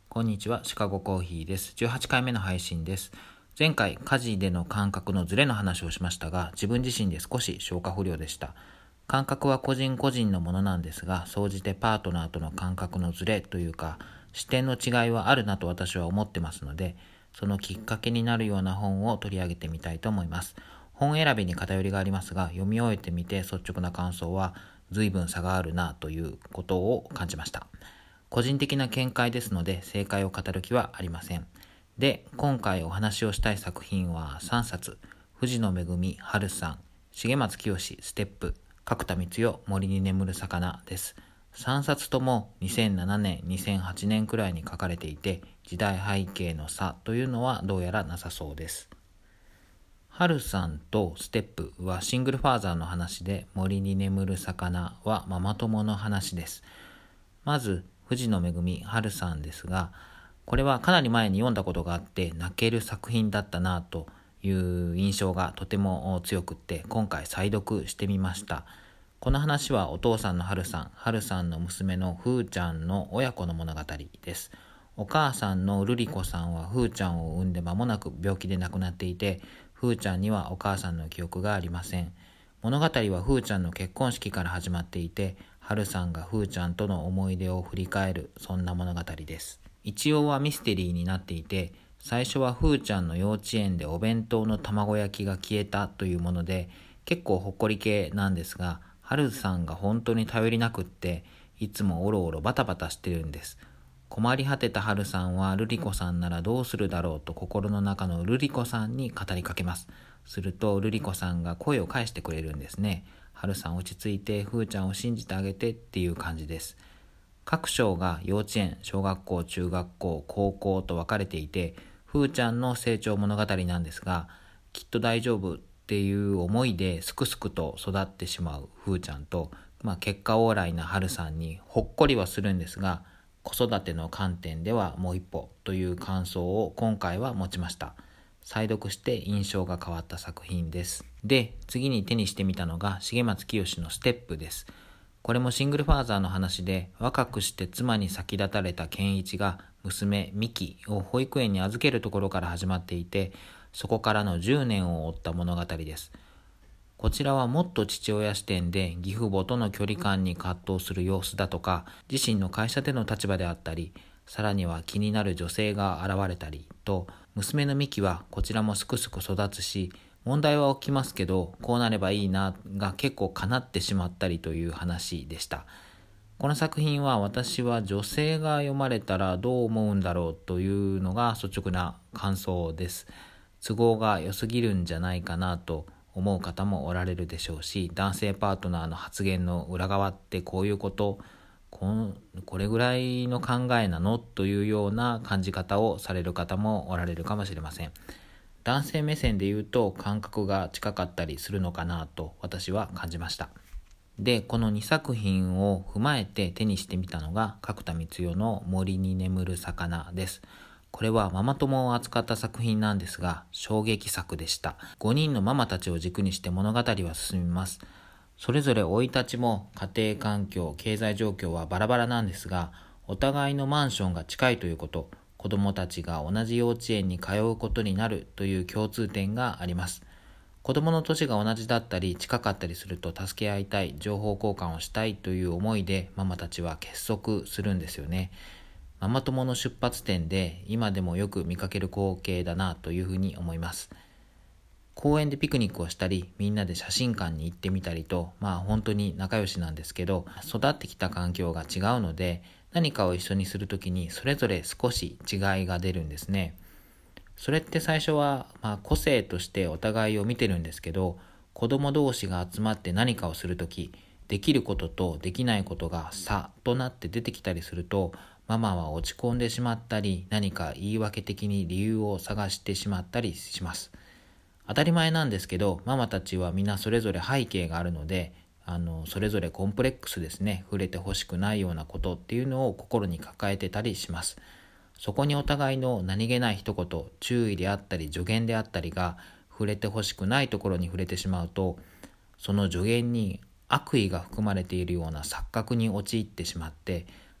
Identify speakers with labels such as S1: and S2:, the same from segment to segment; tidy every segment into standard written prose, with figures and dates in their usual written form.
S1: こんにちは、シカゴコーヒーです。18回目の配信です。前回、家事での感覚のズレの話をしましたが、自分自身で少し消化不良でした。感覚は個人個人のものなんですが、総じてパートナーとの感覚のズレというか、視点の違いはあるなと私は思ってますので、そのきっかけになるような本を取り上げてみたいと思います。本選びに偏りがありますが、読み終えてみて率直な感想は、随分差があるなということを感じました。個人的な見解ですので正解を語る気はありません。で、今回お話をしたい作品は3冊。藤野恵、春さん、重松清、ステップ、角田光代、森に眠る魚です。3冊とも2007年、2008年くらいに書かれていて、時代背景の差というのはどうやらなさそうです。春さんとステップはシングルファーザーの話で、森に眠る魚はママ友の話です。まず、藤野恵、春さんですが、これはかなり前に読んだことがあって泣ける作品だったなという印象がとても強くって、今回再読してみました。この話はお父さんの春さんの娘のふーちゃんの親子の物語です。お母さんの瑠璃子さんはふーちゃんを産んで間もなく病気で亡くなっていて、ふーちゃんにはお母さんの記憶がありません。物語はふーちゃんの結婚式から始まっていて、春さんがふーちゃんとの思い出を振り返る、そんな物語です。一応はミステリーになっていて、最初はふーちゃんの幼稚園でお弁当の卵焼きが消えたというもので、結構ほっこり系なんですが、春さんが本当に頼りなくって、いつもおろおろバタバタしてるんです。困り果てた春さんは瑠璃子さんならどうするだろうと心の中の瑠璃子さんに語りかけます。すると瑠璃子さんが声を返してくれるんですね。春さん落ち着いて、ふーちゃんを信じてあげてっていう感じです。各章が幼稚園、小学校、中学校、高校と分かれていて、ふーちゃんの成長物語なんですが、きっと大丈夫っていう思いですくすくと育ってしまうふーちゃんと、結果オーライな春さんにほっこりはするんですが、子育ての観点ではもう一歩という感想を今回は持ちました。再読して印象が変わった作品です。で、次に手にしてみたのが重松清のステップです。これもシングルファーザーの話で、若くして妻に先立たれた健一が娘ミキを保育園に預けるところから始まっていて、そこからの10年を追った物語です。こちらはもっと父親視点で義父母との距離感に葛藤する様子だとか、自身の会社での立場であったり、さらには気になる女性が現れたりと、娘のミキはこちらもすくすく育つし、問題は起きますけど、こうなればいいなが結構叶ってしまったりという話でした。この作品は私は女性が読まれたらどう思うんだろうというのが率直な感想です。都合が良すぎるんじゃないかなと思う方もおられるでしょうし、男性パートナーの発言の裏側ってこういうこと、これぐらいの考えなのというような感じ方をされる方もおられるかもしれません。男性目線で言うと感覚が近かったりするのかなと私は感じました。で、この2作品を踏まえて手にしてみたのが角田光代の森に眠る魚です。これはママ友を扱った作品なんですが、衝撃作でした。5人のママたちを軸にして物語は進みます。それぞれ生い立ちも家庭環境、経済状況はバラバラなんですが、お互いのマンションが近いということ、子供たちが同じ幼稚園に通うことになるという共通点があります。子供の年が同じだったり近かったりすると助け合いたい、情報交換をしたいという思いでママたちは結束するんですよね。ママ友の出発点で今でもよく見かける光景だなというふうに思います。公園でピクニックをしたり、みんなで写真館に行ってみたりと、本当に仲良しなんですけど、育ってきた環境が違うので、何かを一緒にするときにそれぞれ少し違いが出るんですね。それって最初は、個性としてお互いを見てるんですけど、子供同士が集まって何かをするとき、できることとできないことが差となって出てきたりすると、ママは落ち込んでしまったり、何か言い訳的に理由を探してしまったりします。当たり前なんですけど、ママたちはみんなそれぞれ背景があるので、それぞれコンプレックスですね、触れてほしくないようなことっていうのを心に抱えてたりします。そこにお互いの何気ない一言、注意であったり助言であったりが触れてほしくないところに触れてしまうと、その助言に悪意が含まれているような錯覚に陥ってしまって、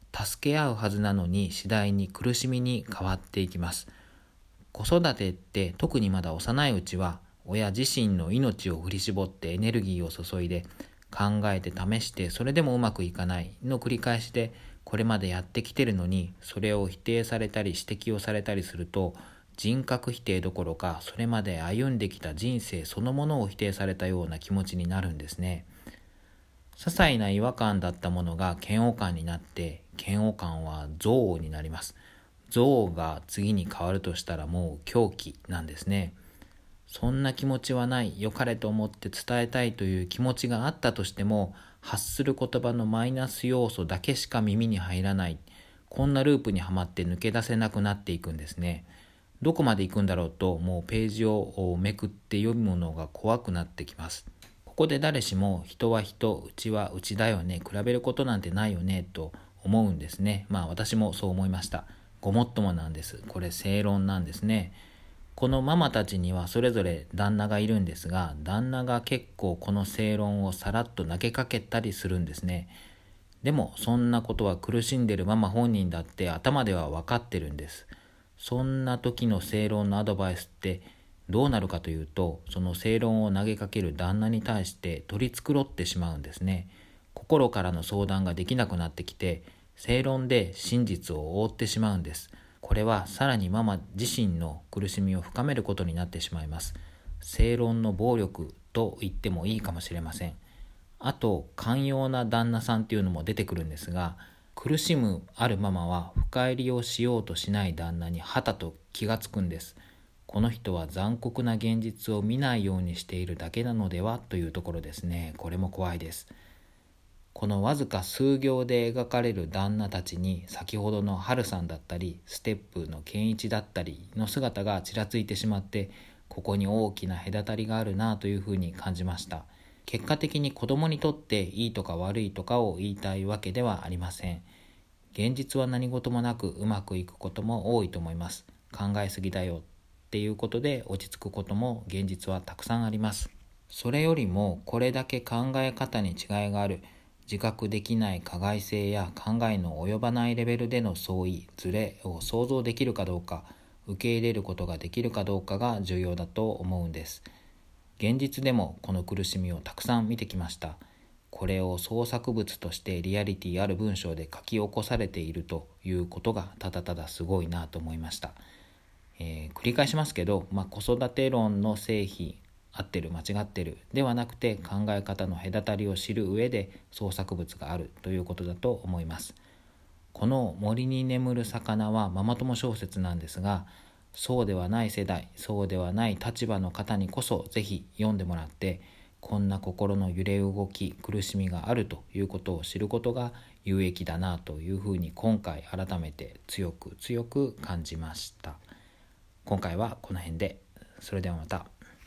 S1: 助け合うはずなのに次第に苦しみに変わっていきます。子育てって特にまだ幼いうちは親自身の命を振り絞ってエネルギーを注いで考えて試してそれでもうまくいかないの繰り返しでこれまでやってきてるのにそれを否定されたり指摘をされたりすると人格否定どころかそれまで歩んできた人生そのものを否定されたような気持ちになるんですね。些細な違和感だったものが嫌悪感になって嫌悪感は憎悪になります。憎悪が次に変わるとしたらもう狂気なんですね。そんな気持ちはない、良かれと思って伝えたいという気持ちがあったとしても発する言葉のマイナス要素だけしか耳に入らない、こんなループにはまって抜け出せなくなっていくんですね。どこまで行くんだろうともうページをめくって読むのが怖くなってきます。ここで誰しも人は人、うちはうちだよね、比べることなんてないよねと思うんですね。私もそう思いました。ごもっともなんです。これ正論なんですね。このママたちにはそれぞれ旦那がいるんですが、旦那が結構この正論をさらっと投げかけたりするんですね。でもそんなことは苦しんでるママ本人だって頭では分かってるんです。そんな時の正論のアドバイスってどうなるかというと、その正論を投げかける旦那に対して取り繕ってしまうんですね。心からの相談ができなくなってきて、正論で真実を覆ってしまうんです。これはさらにママ自身の苦しみを深めることになってしまいます。正論の暴力と言ってもいいかもしれません。あと寛容な旦那さんっていうのも出てくるんですが、苦しむあるママは深入りをしようとしない旦那にはたと気がつくんです。この人は残酷な現実を見ないようにしているだけなのではというところですね。これも怖いです。このわずか数行で描かれる旦那たちに先ほどの春さんだったりステップの健一だったりの姿がちらついてしまって、ここに大きな隔たりがあるなというふうに感じました。結果的に子供にとっていいとか悪いとかを言いたいわけではありません。現実は何事もなくうまくいくことも多いと思います。考えすぎだよっていうことで落ち着くことも現実はたくさんあります。それよりもこれだけ考え方に違いがある、自覚できない加害性や考えの及ばないレベルでの相違、ズレを想像できるかどうか、受け入れることができるかどうかが重要だと思うんです。現実でもこの苦しみをたくさん見てきました。これを創作物としてリアリティある文章で書き起こされているということがただただすごいなと思いました。繰り返しますけど、子育て論の成否、合ってる間違ってるではなくて考え方の隔たりを知る上で創作物があるということだと思います。この森に眠る魚はママ友小説なんですが、そうではない世代、そうではない立場の方にこそぜひ読んでもらって、こんな心の揺れ動き、苦しみがあるということを知ることが有益だなというふうに今回改めて強く感じました。今回はこの辺で。それではまた。